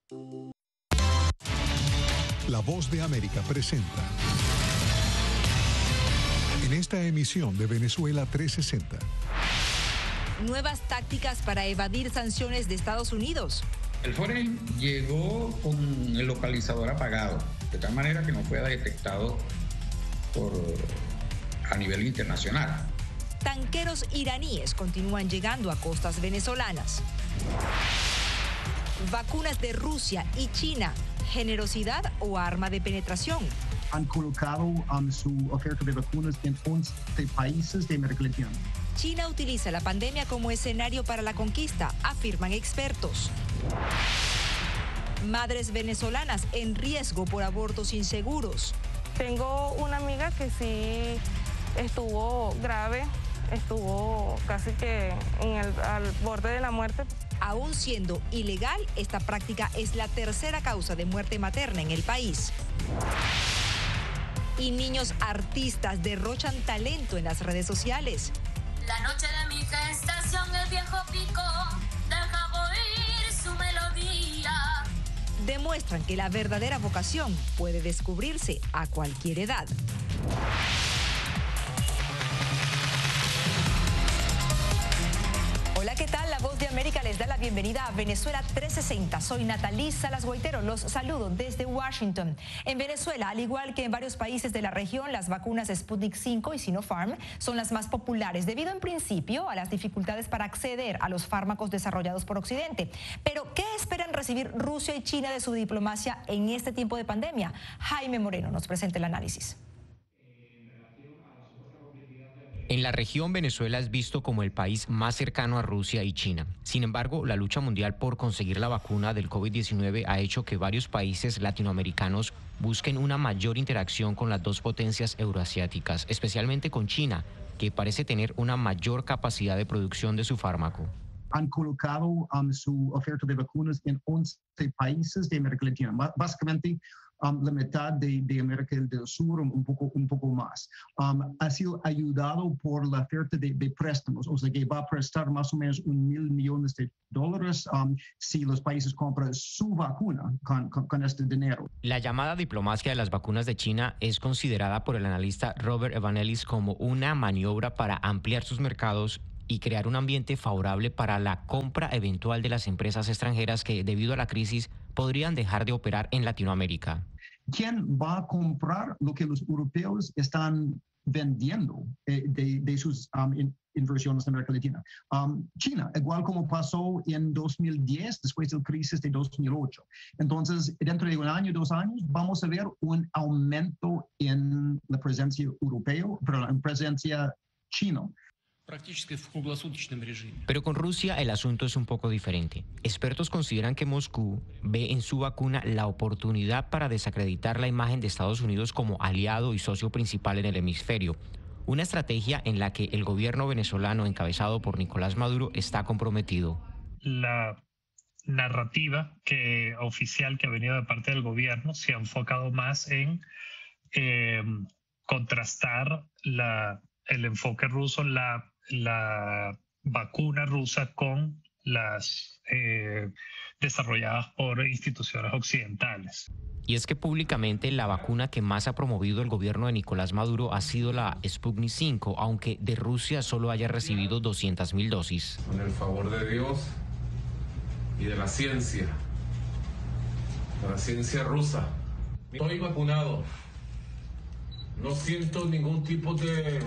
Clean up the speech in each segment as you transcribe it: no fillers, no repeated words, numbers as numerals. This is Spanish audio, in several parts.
La Voz de América presenta. En esta emisión de Venezuela 360. Nuevas tácticas para evadir sanciones de Estados Unidos. El Foreign llegó con el localizador apagado, de tal manera que no fue detectado a nivel internacional. Tanqueros iraníes continúan llegando a costas venezolanas. Vacunas de Rusia y China, generosidad o arma de penetración. Han colocado su oferta de vacunas en 11 países de América Latina. China utiliza la pandemia como escenario para la conquista, afirman expertos. Madres venezolanas en riesgo por abortos inseguros. Tengo una amiga que sí estuvo grave, estuvo casi que al borde de la muerte. Aún siendo ilegal, esta práctica es la tercera causa de muerte materna en el país. Y niños artistas derrochan talento en las redes sociales. La noche de mi gestación, el viejo pico deja oír su melodía. Demuestran que la verdadera vocación puede descubrirse a cualquier edad. Hola, ¿qué tal? La Voz de América les da la bienvenida a Venezuela 360. Soy Nathalie Salas Guaitero, los saludo desde Washington. En Venezuela, al igual que en varios países de la región, las vacunas Sputnik 5 y Sinopharm son las más populares, debido en principio a las dificultades para acceder a los fármacos desarrollados por Occidente. Pero, ¿qué esperan recibir Rusia y China de su diplomacia en este tiempo de pandemia? Jaime Moreno nos presenta el análisis. En la región, Venezuela es visto como el país más cercano a Rusia y China. Sin embargo, la lucha mundial por conseguir la vacuna del COVID-19 ha hecho que varios países latinoamericanos busquen una mayor interacción con las dos potencias euroasiáticas, especialmente con China, que parece tener una mayor capacidad de producción de su fármaco. Han colocado su oferta de vacunas en 11 países de América Latina, básicamente la mitad de América del Sur, un poco más. Ha sido ayudado por la oferta de préstamos, o sea que va a prestar más o menos $1,000 millones si los países compran su vacuna con este dinero. La llamada diplomacia de las vacunas de China es considerada por el analista Robert Evangelis como una maniobra para ampliar sus mercados y crear un ambiente favorable para la compra eventual de las empresas extranjeras que, debido a la crisis, podrían dejar de operar en Latinoamérica. ¿Quién va a comprar lo que los europeos están vendiendo de sus inversiones en América Latina? China, igual como pasó en 2010, después de la crisis de 2008. Entonces, dentro de un año, 2 años, vamos a ver un aumento en la presencia en presencia china. Pero con Rusia el asunto es un poco diferente. Expertos consideran que Moscú ve en su vacuna la oportunidad para desacreditar la imagen de Estados Unidos como aliado y socio principal en el hemisferio. Una estrategia en la que el gobierno venezolano encabezado por Nicolás Maduro está comprometido. La narrativa oficial que ha venido de parte del gobierno se ha enfocado más en contrastar el enfoque ruso, la vacuna rusa con las desarrolladas por instituciones occidentales. Y es que públicamente la vacuna que más ha promovido el gobierno de Nicolás Maduro ha sido la Sputnik 5, aunque de Rusia solo haya recibido 200,000 dosis. Con el favor de Dios y de la ciencia rusa. Estoy vacunado. No siento ningún tipo de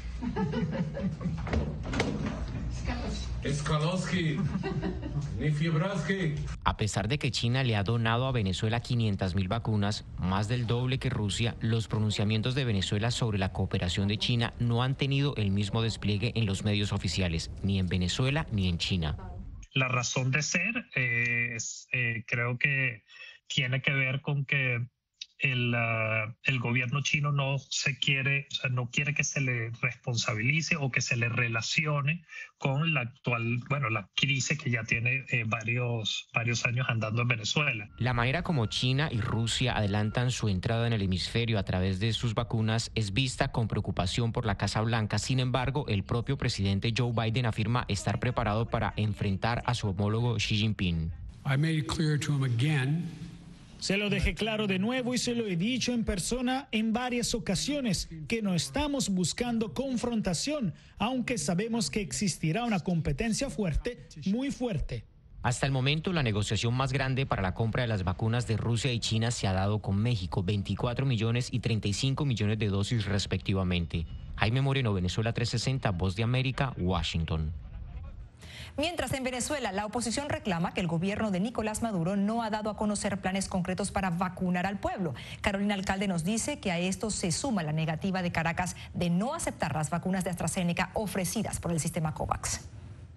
Skalovski, ni Fiebraski. A pesar de que China le ha donado a Venezuela 500,000 vacunas, más del doble que Rusia, los pronunciamientos de Venezuela sobre la cooperación de China no han tenido el mismo despliegue en los medios oficiales, ni en Venezuela ni en China. La razón de ser creo que tiene que ver con que el gobierno chino no quiere que se le responsabilice o que se le relacione con la crisis que ya tiene varios años andando en Venezuela. La manera como China y Rusia adelantan su entrada en el hemisferio a través de sus vacunas es vista con preocupación por la Casa Blanca. Sin embargo, el propio presidente Joe Biden afirma estar preparado para enfrentar a su homólogo Xi Jinping. I made it clear to him again. Se lo dejé claro de nuevo y se lo he dicho en persona en varias ocasiones que no estamos buscando confrontación, aunque sabemos que existirá una competencia fuerte, muy fuerte. Hasta el momento, la negociación más grande para la compra de las vacunas de Rusia y China se ha dado con México, 24 millones y 35 millones de dosis respectivamente. Jaime Moreno, Venezuela 360, Voz de América, Washington. Mientras en Venezuela la oposición reclama que el gobierno de Nicolás Maduro no ha dado a conocer planes concretos para vacunar al pueblo. Carolina Alcalde nos dice que a esto se suma la negativa de Caracas de no aceptar las vacunas de AstraZeneca ofrecidas por el sistema COVAX.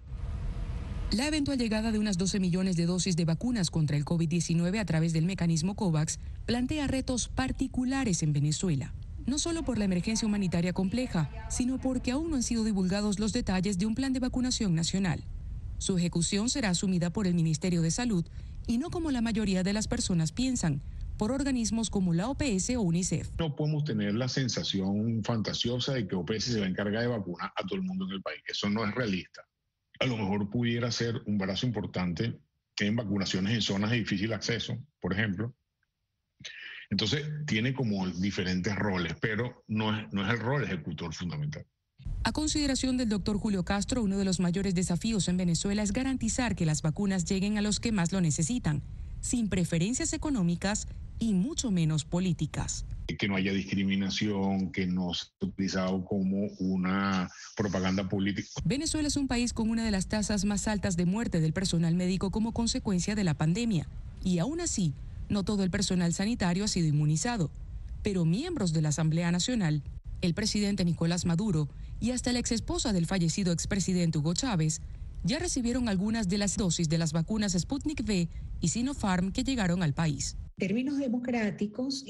La eventual llegada de unas 12 millones de dosis de vacunas contra el COVID-19 a través del mecanismo COVAX plantea retos particulares en Venezuela. No solo por la emergencia humanitaria compleja, sino porque aún no han sido divulgados los detalles de un plan de vacunación nacional. Su ejecución será asumida por el Ministerio de Salud y no como la mayoría de las personas piensan, por organismos como la OPS o UNICEF. No podemos tener la sensación fantasiosa de que OPS se va a encargar de vacunar a todo el mundo en el país. Eso no es realista. A lo mejor pudiera ser un brazo importante en vacunaciones en zonas de difícil acceso, por ejemplo. Entonces, tiene como diferentes roles, pero no es el rol ejecutor fundamental. A consideración del doctor Julio Castro, uno de los mayores desafíos en Venezuela es garantizar que las vacunas lleguen a los que más lo necesitan, sin preferencias económicas y mucho menos políticas. Que no haya discriminación, que no sea utilizado como una propaganda política. Venezuela es un país con una de las tasas más altas de muerte del personal médico como consecuencia de la pandemia, y aún así, no todo el personal sanitario ha sido inmunizado, pero miembros de la Asamblea Nacional, el presidente Nicolás Maduro y hasta la exesposa del fallecido expresidente Hugo Chávez ya recibieron algunas de las dosis de las vacunas Sputnik V y Sinopharm que llegaron al país. En términos democráticos,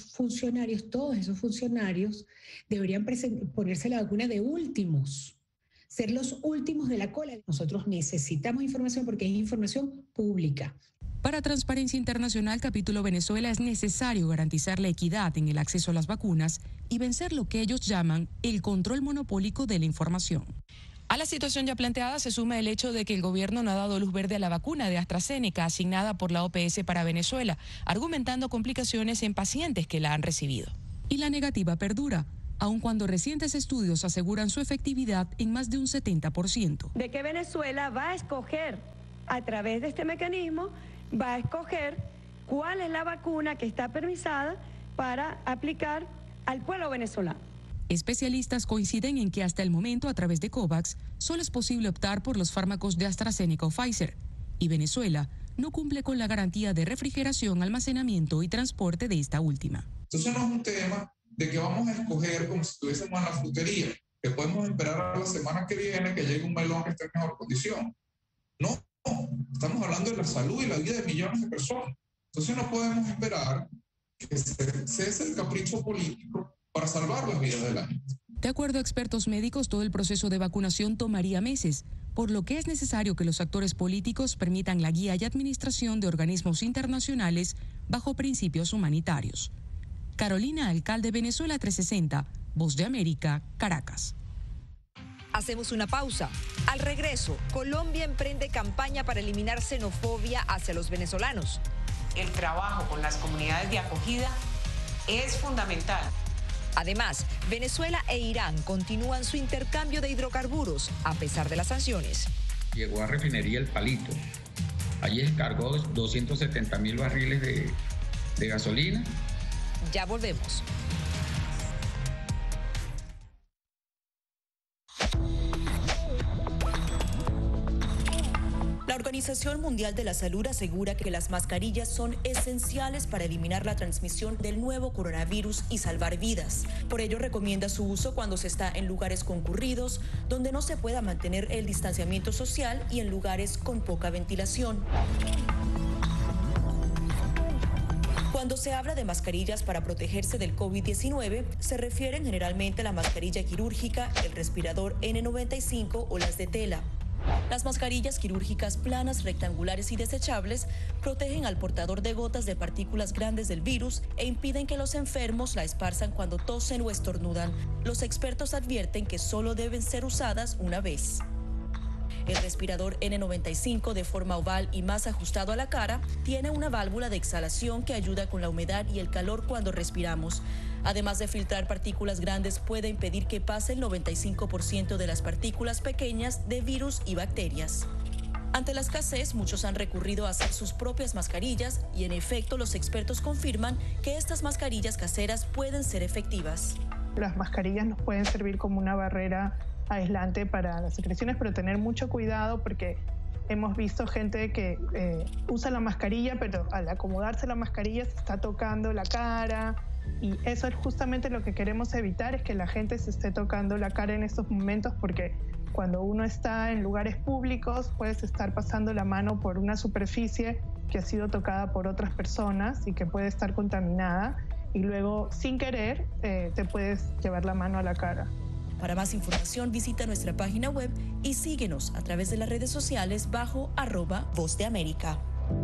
todos esos funcionarios deberían ponerse la vacuna de últimos, ser los últimos de la cola. Nosotros necesitamos información porque es información pública. Para Transparencia Internacional, capítulo Venezuela, es necesario garantizar la equidad en el acceso a las vacunas y vencer lo que ellos llaman el control monopólico de la información. A la situación ya planteada se suma el hecho de que el gobierno no ha dado luz verde a la vacuna de AstraZeneca asignada por la OPS para Venezuela, argumentando complicaciones en pacientes que la han recibido. Y la negativa perdura, aun cuando recientes estudios aseguran su efectividad en más de un 70%. De que Venezuela va a escoger, a través de este mecanismo, va a escoger cuál es la vacuna que está permisada para aplicar al pueblo venezolano. Especialistas coinciden en que hasta el momento, a través de COVAX, solo es posible optar por los fármacos de AstraZeneca o Pfizer, y Venezuela no cumple con la garantía de refrigeración, almacenamiento y transporte de esta última. Entonces no es un tema de que vamos a escoger como si estuviésemos en la frutería, que podemos esperar a la semana que viene que llegue un melón que esté en mejor condición. No, estamos hablando de la salud y la vida de millones de personas. Entonces no podemos esperar que cese el capricho político para salvar las vidas de la gente. De acuerdo a expertos médicos, todo el proceso de vacunación tomaría meses, por lo que es necesario que los actores políticos permitan la guía y administración de organismos internacionales bajo principios humanitarios. Carolina Alcalde, Venezuela 360, Voz de América, Caracas. Hacemos una pausa. Al regreso, Colombia emprende campaña para eliminar xenofobia hacia los venezolanos. El trabajo con las comunidades de acogida es fundamental. Además, Venezuela e Irán continúan su intercambio de hidrocarburos a pesar de las sanciones. Llegó a refinería El Palito. Allí descargó 270.000 barriles de gasolina. Ya volvemos. La Organización Mundial de la Salud asegura que las mascarillas son esenciales para eliminar la transmisión del nuevo coronavirus y salvar vidas. Por ello, recomienda su uso cuando se está en lugares concurridos, donde no se pueda mantener el distanciamiento social y en lugares con poca ventilación. Cuando se habla de mascarillas para protegerse del COVID-19, se refieren generalmente a la mascarilla quirúrgica, el respirador N95 o las de tela. Las mascarillas quirúrgicas planas, rectangulares y desechables protegen al portador de gotas de partículas grandes del virus e impiden que los enfermos la esparzan cuando tosen o estornudan. Los expertos advierten que solo deben ser usadas una vez. El respirador N95 de forma oval y más ajustado a la cara tiene una válvula de exhalación que ayuda con la humedad y el calor cuando respiramos. Además de filtrar partículas grandes, puede impedir que pase el 95% de las partículas pequeñas de virus y bacterias. Ante la escasez, muchos han recurrido a hacer sus propias mascarillas y en efecto los expertos confirman que estas mascarillas caseras pueden ser efectivas. Las mascarillas nos pueden servir como una barrera aislante para las secreciones, pero tener mucho cuidado porque hemos visto gente que usa la mascarilla, pero al acomodarse la mascarilla se está tocando la cara. Y eso es justamente lo que queremos evitar, es que la gente se esté tocando la cara en estos momentos, porque cuando uno está en lugares públicos puedes estar pasando la mano por una superficie que ha sido tocada por otras personas y que puede estar contaminada y luego sin querer te puedes llevar la mano a la cara. Para más información visita nuestra página web y síguenos a través de las redes sociales bajo @Voz de América.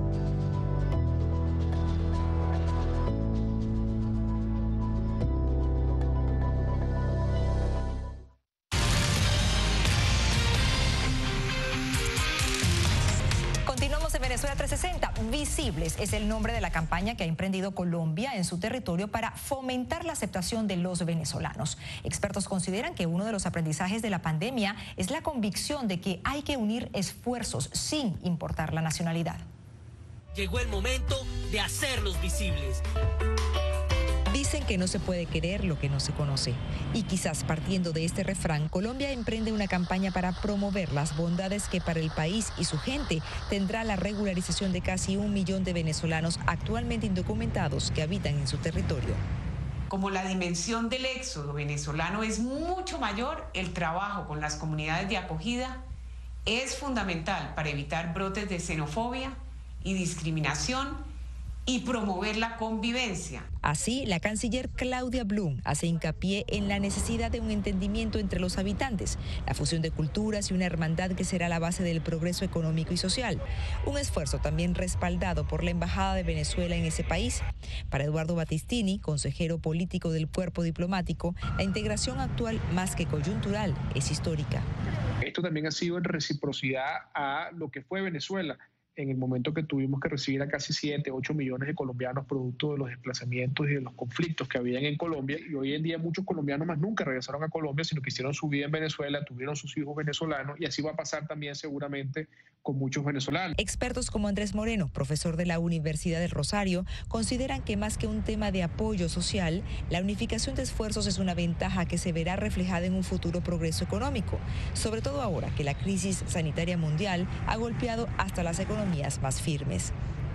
Venezuela 360, Visibles es el nombre de la campaña que ha emprendido Colombia en su territorio para fomentar la aceptación de los venezolanos. Expertos consideran que uno de los aprendizajes de la pandemia es la convicción de que hay que unir esfuerzos sin importar la nacionalidad. Llegó el momento de hacerlos visibles. Dicen que no se puede querer lo que no se conoce. Y quizás partiendo de este refrán, Colombia emprende una campaña para promover las bondades que para el país y su gente tendrá la regularización de casi 1 millón de venezolanos actualmente indocumentados que habitan en su territorio. Como la dimensión del éxodo venezolano es mucho mayor, el trabajo con las comunidades de acogida es fundamental para evitar brotes de xenofobia y discriminación y promover la convivencia. Así, la canciller Claudia Blum hace hincapié en la necesidad de un entendimiento entre los habitantes, la fusión de culturas y una hermandad que será la base del progreso económico y social. Un esfuerzo también respaldado por la Embajada de Venezuela en ese país. Para Eduardo Battistini, consejero político del cuerpo diplomático, la integración actual, más que coyuntural, es histórica. Esto también ha sido en reciprocidad a lo que fue Venezuela en el momento que tuvimos que recibir a casi 7, 8 millones de colombianos producto de los desplazamientos y de los conflictos que habían en Colombia. Y hoy en día muchos colombianos más nunca regresaron a Colombia, sino que hicieron su vida en Venezuela, tuvieron sus hijos venezolanos, y así va a pasar también seguramente con muchos venezolanos. Expertos como Andrés Moreno, profesor de la Universidad del Rosario, consideran que más que un tema de apoyo social, la unificación de esfuerzos es una ventaja que se verá reflejada en un futuro progreso económico, sobre todo ahora que la crisis sanitaria mundial ha golpeado hasta las economías más firmes.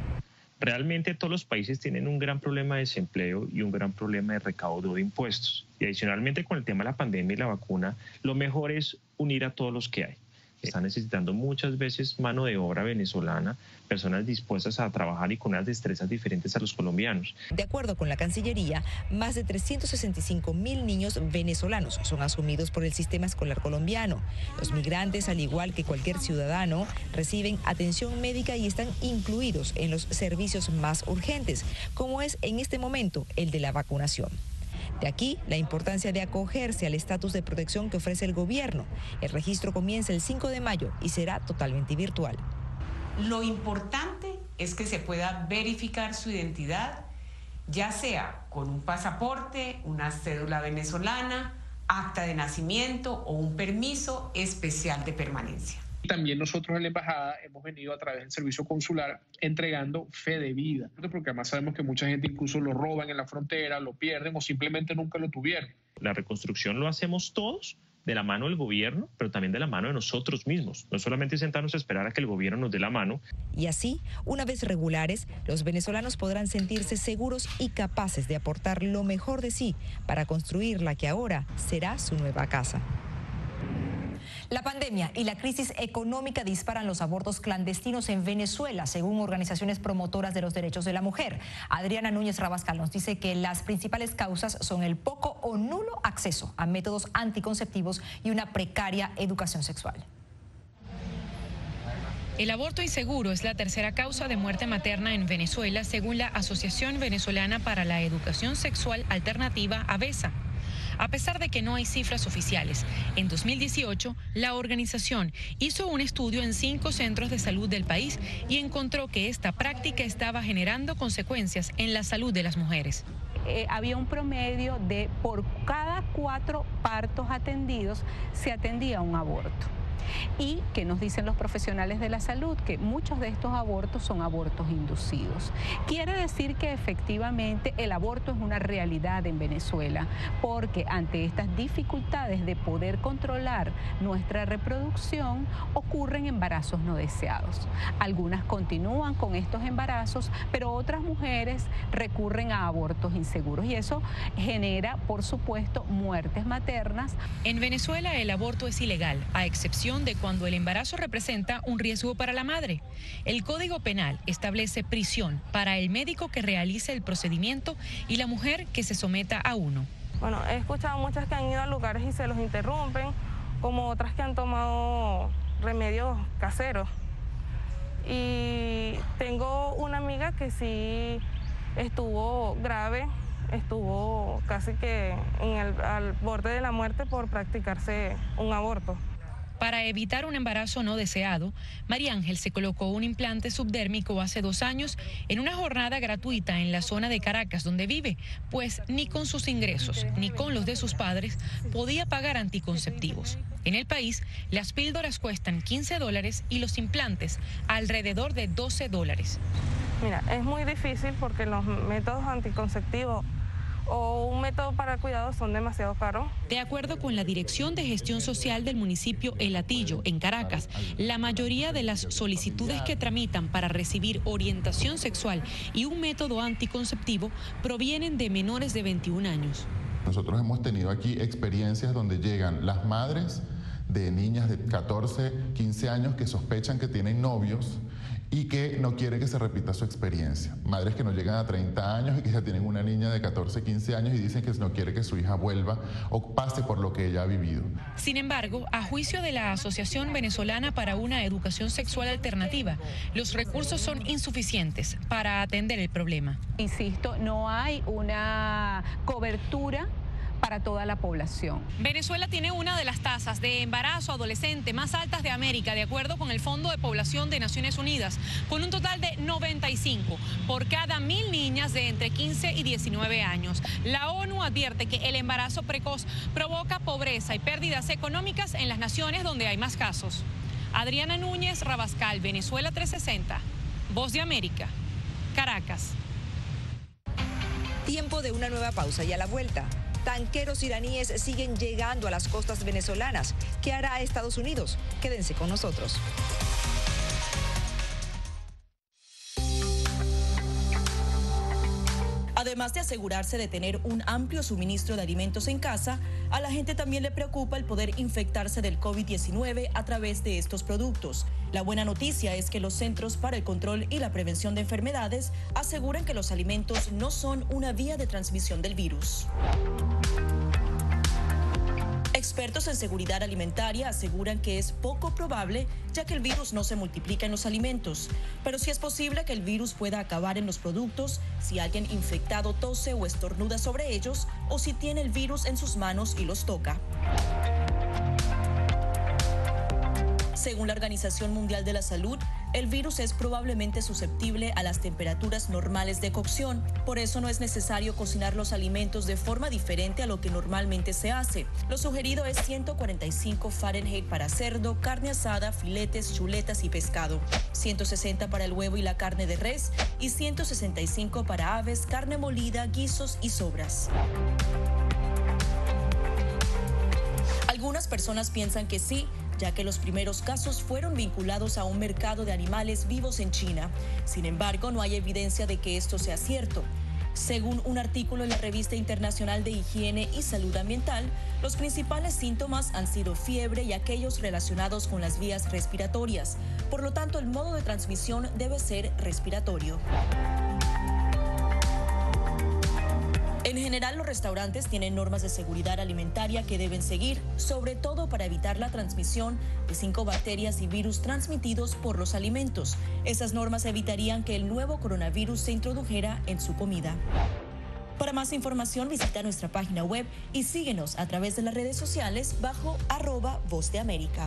Realmente todos los países tienen un gran problema de desempleo y un gran problema de recaudo de impuestos. Y adicionalmente con el tema de la pandemia y la vacuna, lo mejor es unir a todos los que hay. Están necesitando muchas veces mano de obra venezolana, personas dispuestas a trabajar y con unas destrezas diferentes a los colombianos. De acuerdo con la Cancillería, más de 365.000 niños venezolanos son asumidos por el sistema escolar colombiano. Los migrantes, al igual que cualquier ciudadano, reciben atención médica y están incluidos en los servicios más urgentes, como es en este momento el de la vacunación. De aquí la importancia de acogerse al estatus de protección que ofrece el gobierno. El registro comienza el 5 de mayo y será totalmente virtual. Lo importante es que se pueda verificar su identidad, ya sea con un pasaporte, una cédula venezolana, acta de nacimiento o un permiso especial de permanencia. También nosotros en la embajada hemos venido a través del servicio consular entregando fe de vida, porque además sabemos que mucha gente incluso lo roban en la frontera, lo pierden o simplemente nunca lo tuvieron. La reconstrucción lo hacemos todos de la mano del gobierno, pero también de la mano de nosotros mismos. No solamente sentarnos a esperar a que el gobierno nos dé la mano. Y así, una vez regulares, los venezolanos podrán sentirse seguros y capaces de aportar lo mejor de sí para construir la que ahora será su nueva casa. La pandemia y la crisis económica disparan los abortos clandestinos en Venezuela, según organizaciones promotoras de los derechos de la mujer. Adriana Núñez Rabascal nos dice que las principales causas son el poco o nulo acceso a métodos anticonceptivos y una precaria educación sexual. El aborto inseguro es la tercera causa de muerte materna en Venezuela, según la Asociación Venezolana para la Educación Sexual Alternativa, AVESA. A pesar de que no hay cifras oficiales, en 2018 la organización hizo un estudio en 5 centros de salud del país y encontró que esta práctica estaba generando consecuencias en la salud de las mujeres. Había un promedio de por cada 4 partos atendidos se atendía un aborto. Y que nos dicen los profesionales de la salud que muchos de estos abortos son abortos inducidos. Quiere decir que efectivamente el aborto es una realidad en Venezuela, porque ante estas dificultades de poder controlar nuestra reproducción ocurren embarazos no deseados. Algunas continúan con estos embarazos, pero otras mujeres recurren a abortos inseguros y eso genera, por supuesto, muertes maternas. En Venezuela el aborto es ilegal, a excepción de cuando el embarazo representa un riesgo para la madre. El Código Penal establece prisión para el médico que realice el procedimiento y la mujer que se someta a uno. Bueno, he escuchado muchas que han ido a lugares y se los interrumpen, como otras que han tomado remedios caseros. Y tengo una amiga que sí estuvo grave, estuvo casi que al borde de la muerte por practicarse un aborto. Para evitar un embarazo no deseado, María Ángel se colocó un implante subdérmico hace 2 años en una jornada gratuita en la zona de Caracas donde vive, pues ni con sus ingresos ni con los de sus padres podía pagar anticonceptivos. En el país, las píldoras cuestan $15 y los implantes alrededor de $12. Mira, es muy difícil porque los métodos anticonceptivos o un método para el cuidado son demasiado caros. De acuerdo con la Dirección de Gestión Social del municipio El Hatillo, en Caracas, la mayoría de las solicitudes que tramitan para recibir orientación sexual y un método anticonceptivo provienen de menores de 21 años. Nosotros hemos tenido aquí experiencias donde llegan las madres de niñas de 14, 15 años que sospechan que tienen novios y que no quieren que se repita su experiencia. Madres que no llegan a 30 años y que ya tienen una niña de 14, 15 años y dicen que no quiere que su hija vuelva o pase por lo que ella ha vivido. Sin embargo, a juicio de la Asociación Venezolana para una Educación Sexual Alternativa, los recursos son insuficientes para atender el problema. Insisto, no hay una cobertura para toda la población. Venezuela tiene una de las tasas de embarazo adolescente más altas de América, de acuerdo con el Fondo de Población de Naciones Unidas, con un total de 95 por cada 1000 niñas de entre 15 y 19 años. La ONU advierte que el embarazo precoz provoca pobreza y pérdidas económicas en las naciones donde hay más casos. Adriana Núñez Rabascal, Venezuela 360, Voz de América, Caracas. Tiempo de una nueva pausa y a la vuelta. Tanqueros iraníes siguen llegando a las costas venezolanas. ¿Qué hará Estados Unidos? Quédense con nosotros. Además de asegurarse de tener un amplio suministro de alimentos en casa, a la gente también le preocupa el poder infectarse del COVID-19 a través de estos productos. La buena noticia es que los Centros para el Control y la Prevención de Enfermedades aseguran que los alimentos no son una vía de transmisión del virus. Expertos en seguridad alimentaria aseguran que es poco probable, ya que el virus no se multiplica en los alimentos. Pero sí es posible que el virus pueda acabar en los productos si alguien infectado tose o estornuda sobre ellos o si tiene el virus en sus manos y los toca. Según la Organización Mundial de la Salud, el virus es probablemente susceptible a las temperaturas normales de cocción. Por eso no es necesario cocinar los alimentos de forma diferente a lo que normalmente se hace. Lo sugerido es 145 Fahrenheit para cerdo, carne asada, filetes, chuletas y pescado, 160 para el huevo y la carne de res y 165 para aves, carne molida, guisos y sobras. Algunas personas piensan que sí, ya que los primeros casos fueron vinculados a un mercado de animales vivos en China. Sin embargo, no hay evidencia de que esto sea cierto. Según un artículo en la Revista Internacional de Higiene y Salud Ambiental, los principales síntomas han sido fiebre y aquellos relacionados con las vías respiratorias. Por lo tanto, el modo de transmisión debe ser respiratorio. En general, los restaurantes tienen normas de seguridad alimentaria que deben seguir, sobre todo para evitar la transmisión de 5 bacterias y virus transmitidos por los alimentos. Esas normas evitarían que el nuevo coronavirus se introdujera en su comida. Para más información visita nuestra página web y síguenos a través de las redes sociales bajo @Voz de América.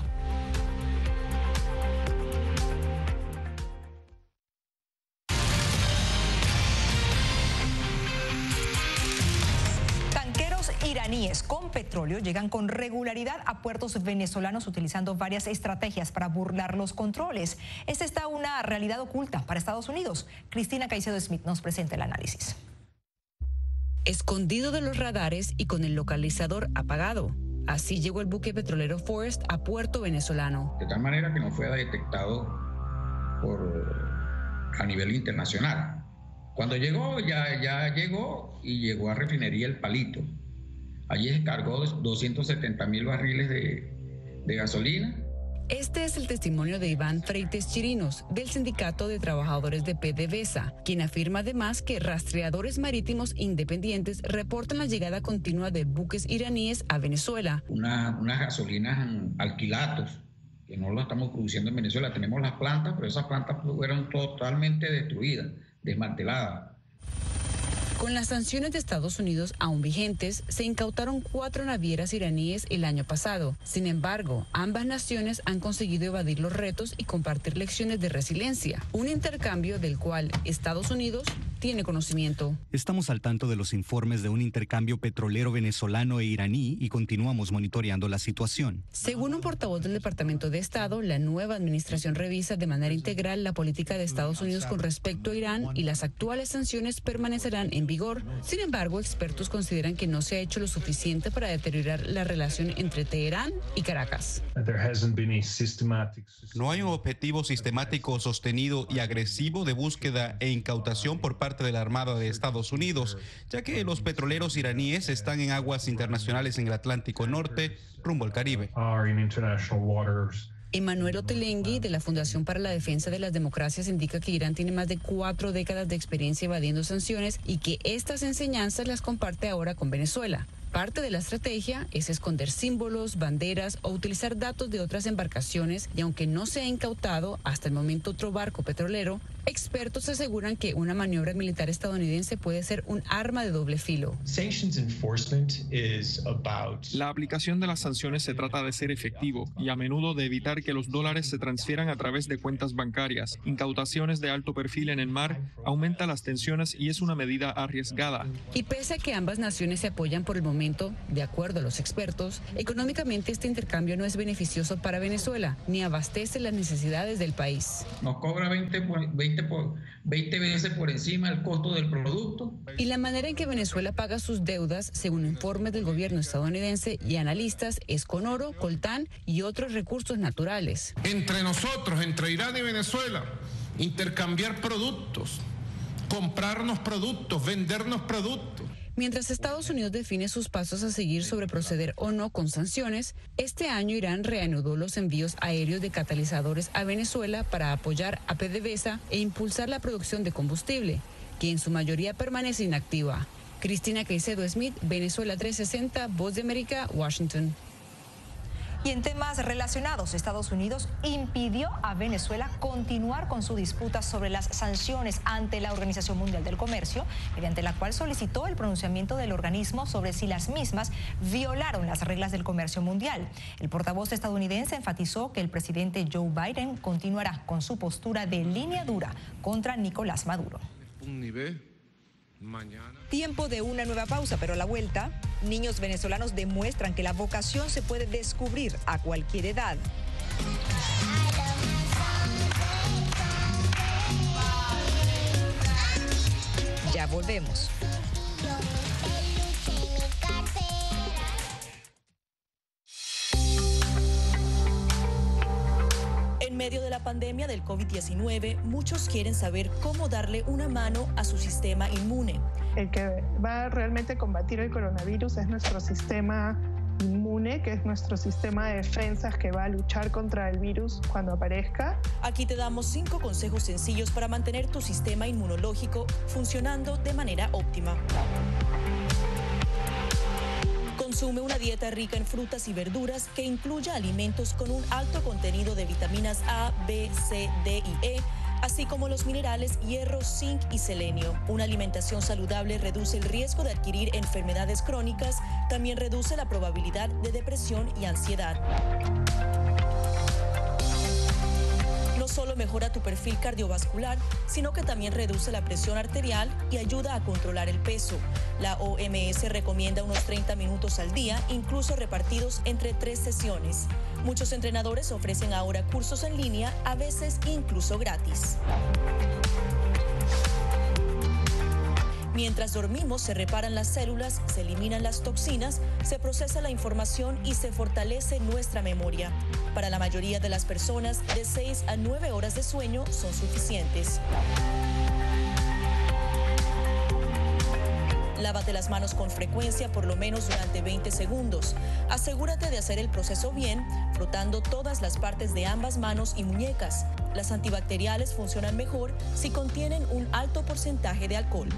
Iraníes con petróleo llegan con regularidad a puertos venezolanos utilizando varias estrategias para burlar los controles. Esta está una realidad oculta para Estados Unidos. Cristina Caicedo Smith nos presenta el análisis. Escondido de los radares y con el localizador apagado. Así llegó el buque petrolero Forest a puerto venezolano. De tal manera que no fue detectado a nivel internacional. Cuando llegó, ya llegó y llegó a refinería El Palito. Allí descargó 270.000 barriles de gasolina. Este es el testimonio de Iván Freites Chirinos, del Sindicato de Trabajadores de PDVSA, quien afirma además que rastreadores marítimos independientes reportan la llegada continua de buques iraníes a Venezuela. Unas gasolinas alquilatos, que no lo estamos produciendo en Venezuela. Tenemos las plantas, pero esas plantas fueron totalmente destruidas, desmanteladas. Con las sanciones de Estados Unidos aún vigentes, se incautaron 4 navieras iraníes el año pasado. Sin embargo, ambas naciones han conseguido evadir los retos y compartir lecciones de resiliencia, un intercambio del cual Estados Unidos tiene conocimiento. Estamos al tanto de los informes de un intercambio petrolero venezolano e iraní y continuamos monitoreando la situación. Según un portavoz del Departamento de Estado, la nueva administración revisa de manera integral la política de Estados Unidos con respecto a Irán y las actuales sanciones permanecerán en vigor. Sin embargo, expertos consideran que no se ha hecho lo suficiente para deteriorar la relación entre Teherán y Caracas. No hay un objetivo sistemático, sostenido y agresivo de búsqueda e incautación por parte de la Armada de Estados Unidos, ya que los petroleros iraníes están en aguas internacionales en el Atlántico Norte, rumbo al Caribe. Emanuel Ottolenghi, de la Fundación para la Defensa de las Democracias, indica que Irán tiene más de 4 décadas de experiencia evadiendo sanciones y que estas enseñanzas las comparte ahora con Venezuela. Parte de la estrategia es esconder símbolos, banderas o utilizar datos de otras embarcaciones, y aunque no se ha incautado hasta el momento otro barco petrolero, expertos aseguran que una maniobra militar estadounidense puede ser un arma de doble filo. La aplicación de las sanciones se trata de ser efectivo y a menudo de evitar que los dólares se transfieran a través de cuentas bancarias. Incautaciones de alto perfil en el mar aumenta las tensiones y es una medida arriesgada. Y pese a que ambas naciones se apoyan por el momento, de acuerdo a los expertos, económicamente este intercambio no es beneficioso para Venezuela ni abastece las necesidades del país. Nos cobra 20 veces por encima el costo del producto. Y la manera en que Venezuela paga sus deudas, según informes del gobierno estadounidense y analistas, es con oro, coltán y otros recursos naturales. Entre nosotros, entre Irán y Venezuela, intercambiar productos, comprarnos productos, vendernos productos. Mientras Estados Unidos define sus pasos a seguir sobre proceder o no con sanciones, este año Irán reanudó los envíos aéreos de catalizadores a Venezuela para apoyar a PDVSA e impulsar la producción de combustible, que en su mayoría permanece inactiva. Cristina Caicedo Smith, Venezuela 360, Voz de América, Washington. Y en temas relacionados, Estados Unidos impidió a Venezuela continuar con su disputa sobre las sanciones ante la Organización Mundial del Comercio, mediante la cual solicitó el pronunciamiento del organismo sobre si las mismas violaron las reglas del comercio mundial. El portavoz estadounidense enfatizó que el presidente Joe Biden continuará con su postura de línea dura contra Nicolás Maduro. Tiempo de una nueva pausa, pero a la vuelta, niños venezolanos demuestran que la vocación se puede descubrir a cualquier edad. Ya volvemos. En medio de la pandemia del COVID-19, muchos quieren saber cómo darle una mano a su sistema inmune. El que va a realmente combatir el coronavirus es nuestro sistema inmune, que es nuestro sistema de defensas que va a luchar contra el virus cuando aparezca. Aquí te damos 5 consejos sencillos para mantener tu sistema inmunológico funcionando de manera óptima. Consume una dieta rica en frutas y verduras que incluya alimentos con un alto contenido de vitaminas A, B, C, D y E, así como los minerales hierro, zinc y selenio. Una alimentación saludable reduce el riesgo de adquirir enfermedades crónicas, también reduce la probabilidad de depresión y ansiedad. No solo mejora tu perfil cardiovascular, sino que también reduce la presión arterial y ayuda a controlar el peso. La OMS recomienda unos 30 minutos al día, incluso repartidos entre 3 sesiones. Muchos entrenadores ofrecen ahora cursos en línea, a veces incluso gratis. Mientras dormimos, se reparan las células, se eliminan las toxinas, se procesa la información y se fortalece nuestra memoria. Para la mayoría de las personas, de 6 a 9 horas de sueño son suficientes. Lávate las manos con frecuencia, por lo menos durante 20 segundos. Asegúrate de hacer el proceso bien, frotando todas las partes de ambas manos y muñecas. Las antibacteriales funcionan mejor si contienen un alto porcentaje de alcohol.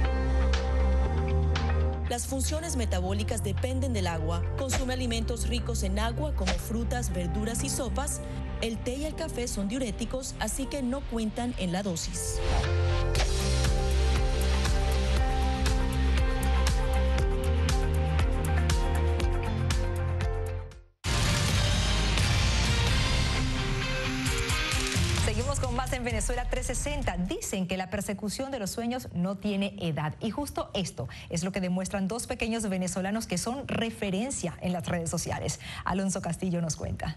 Las funciones metabólicas dependen del agua. Consume alimentos ricos en agua como frutas, verduras y sopas. El té y el café son diuréticos, así que no cuentan en la dosis. Con más en Venezuela 360, dicen que la persecución de los sueños no tiene edad. Y justo esto es lo que demuestran 2 pequeños venezolanos que son referencia en las redes sociales. Alonso Castillo nos cuenta.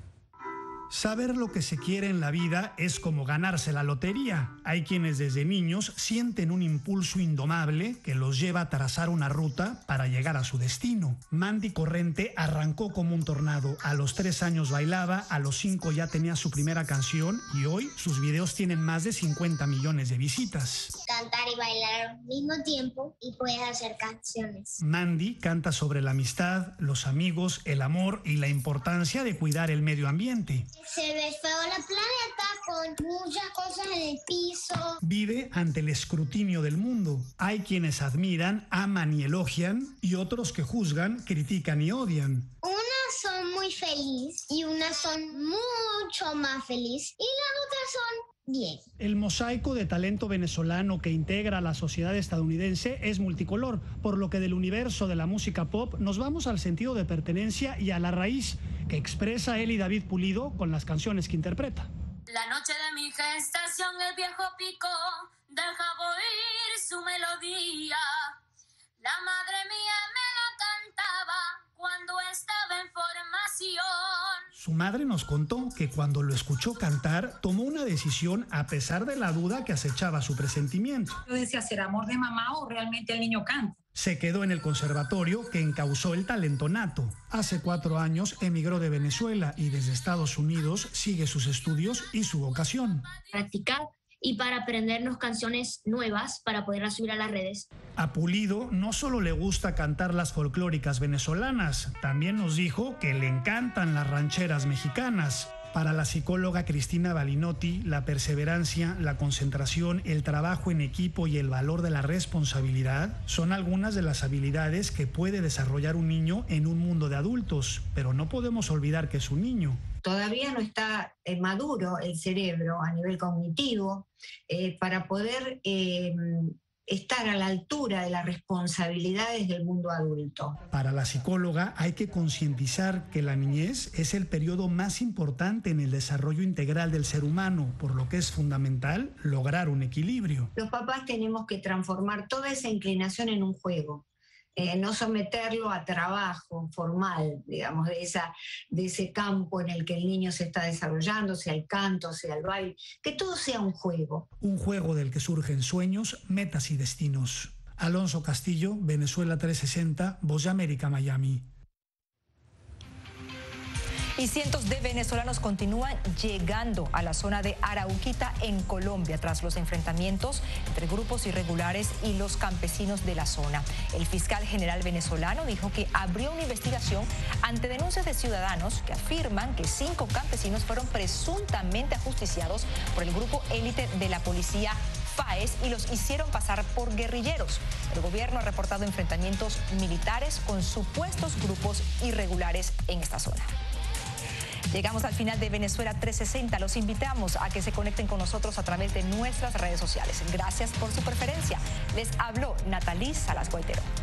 Saber lo que se quiere en la vida es como ganarse la lotería. Hay quienes desde niños sienten un impulso indomable que los lleva a trazar una ruta para llegar a su destino. Mandy Corrente arrancó como un tornado. A los 3 años bailaba, a los 5 ya tenía su primera canción y hoy sus videos tienen más de 50 millones de visitas. Cantar y bailar al mismo tiempo y puedes hacer canciones. Mandy canta sobre la amistad, los amigos, el amor y la importancia de cuidar el medio ambiente. Se ve feo el planeta con muchas cosas en el piso. Vive ante el escrutinio del mundo. Hay quienes admiran, aman y elogian y otros que juzgan, critican y odian. Unas son muy felices y unas son mucho más felices y las otras son bien. El mosaico de talento venezolano que integra a la sociedad estadounidense es multicolor, por lo que del universo de la música pop nos vamos al sentido de pertenencia y a la raíz que expresa él y David Pulido con las canciones que interpreta. La noche de mi gestación el viejo picó, dejaba oír su melodía. La madre mía me la cantaba cuando estaba en formación. Su madre nos contó que cuando lo escuchó cantar, tomó una decisión a pesar de la duda que acechaba su presentimiento. Yo decía, ¿será amor de mamá o realmente el niño canta? Se quedó en el conservatorio que encauzó el talento nato. Hace 4 años emigró de Venezuela y desde Estados Unidos sigue sus estudios y su vocación. Practicar y para aprendernos canciones nuevas para poderlas subir a las redes. A Pulido no solo le gusta cantar las folclóricas venezolanas, también nos dijo que le encantan las rancheras mexicanas. Para la psicóloga Cristina Balinotti, la perseverancia, la concentración, el trabajo en equipo y el valor de la responsabilidad son algunas de las habilidades que puede desarrollar un niño en un mundo de adultos, pero no podemos olvidar que es un niño. Todavía no está maduro el cerebro a nivel cognitivo para poder estar a la altura de las responsabilidades del mundo adulto. Para la psicóloga hay que concientizar que la niñez es el periodo más importante en el desarrollo integral del ser humano, por lo que es fundamental lograr un equilibrio. Los papás tenemos que transformar toda esa inclinación en un juego. No someterlo a trabajo formal, digamos, de ese campo en el que el niño se está desarrollando, sea el canto, sea el baile, que todo sea un juego. Un juego del que surgen sueños, metas y destinos. Alonso Castillo, Venezuela 360, Voz de América, Miami. Y cientos de venezolanos continúan llegando a la zona de Arauquita en Colombia tras los enfrentamientos entre grupos irregulares y los campesinos de la zona. El fiscal general venezolano dijo que abrió una investigación ante denuncias de ciudadanos que afirman que 5 campesinos fueron presuntamente ajusticiados por el grupo élite de la policía FAES y los hicieron pasar por guerrilleros. El gobierno ha reportado enfrentamientos militares con supuestos grupos irregulares en esta zona. Llegamos al final de Venezuela 360. Los invitamos a que se conecten con nosotros a través de nuestras redes sociales. Gracias por su preferencia. Les habló Nathalie Salas Guaitero.